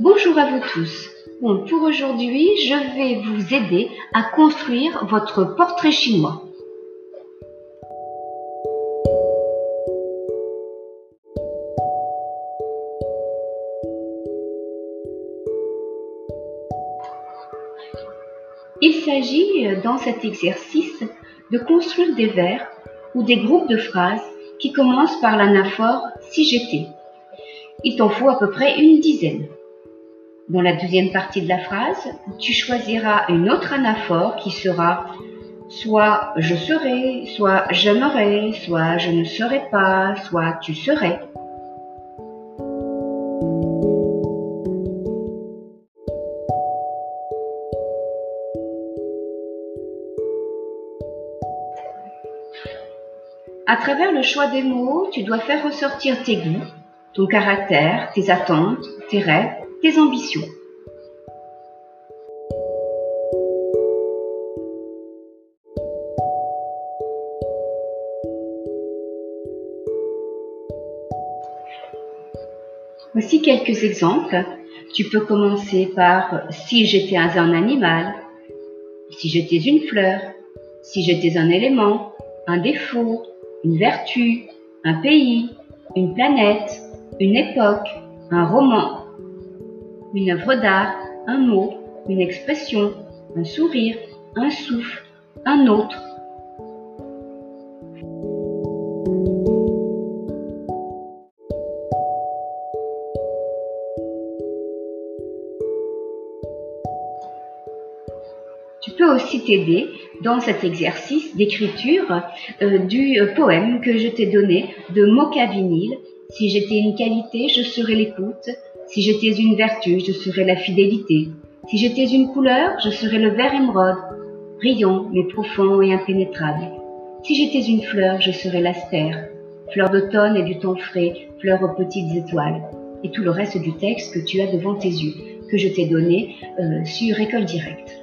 Bonjour à vous tous. Bon, pour aujourd'hui, je vais vous aider à construire votre portrait chinois. Il s'agit dans cet exercice de construire des vers ou des groupes de phrases qui commencent par l'anaphore « si j'étais ». Il t'en faut à peu près une dizaine. Dans la deuxième partie de la phrase, tu choisiras une autre anaphore qui sera soit je serai, soit j'aimerais, soit je ne serai pas, soit tu serais. À travers le choix des mots, tu dois faire ressortir tes goûts, ton caractère, tes attentes, tes rêves, tes ambitions. Voici quelques exemples. Tu peux commencer par « si j'étais un animal »,« si j'étais une fleur »,« si j'étais un élément »,« un défaut »,« une vertu »,« un pays »,« une planète »,« une époque »,« un roman »,« une œuvre d'art »,« un mot »,« une expression »,« un sourire »,« un souffle »,« un autre ». Tu peux aussi t'aider dans cet exercice d'écriture du poème que je t'ai donné de Mocha Vinyle. Si j'étais une qualité, je serais l'écoute. Si j'étais une vertu, je serais la fidélité. Si j'étais une couleur, je serais le vert émeraude, brillant mais profond et impénétrable. Si j'étais une fleur, je serais l'asperge, fleur d'automne et du temps frais, fleur aux petites étoiles. Et tout le reste du texte que tu as devant tes yeux, que je t'ai donné sur École Directe.